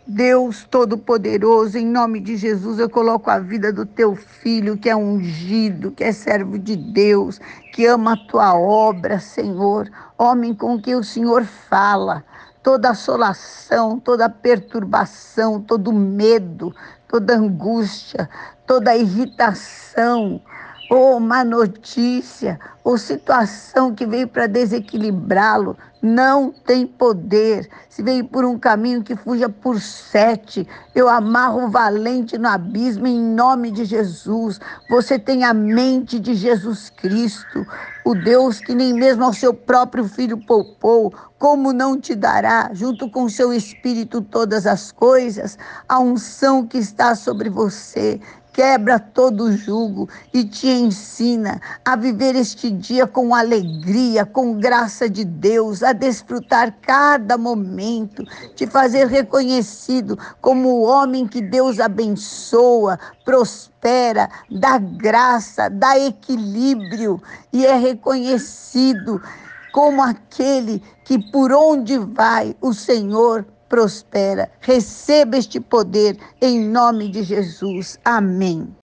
Deus Todo-Poderoso, em nome de Jesus, eu coloco a vida do teu filho, que é ungido, que é servo de Deus, que ama a tua obra, Senhor, homem com quem o Senhor fala. Toda assolação, toda perturbação, todo medo, toda angústia, toda irritação, ou má notícia, ou situação que veio para desequilibrá-lo, não tem poder. Se veio por um caminho, que fuja por 7. Eu amarro o valente no abismo em nome de Jesus. Você tem a mente de Jesus Cristo, o Deus que nem mesmo ao seu próprio filho poupou. Como não te dará, junto com o seu Espírito, todas as coisas? A unção que está sobre você quebra todo o jugo e te ensina a viver este dia com alegria, com graça de Deus, a desfrutar cada momento, te fazer reconhecido como o homem que Deus abençoa, prospera, dá graça, dá equilíbrio e é reconhecido como aquele que por onde vai o Senhor prospera. Receba este poder em nome de Jesus. Amém.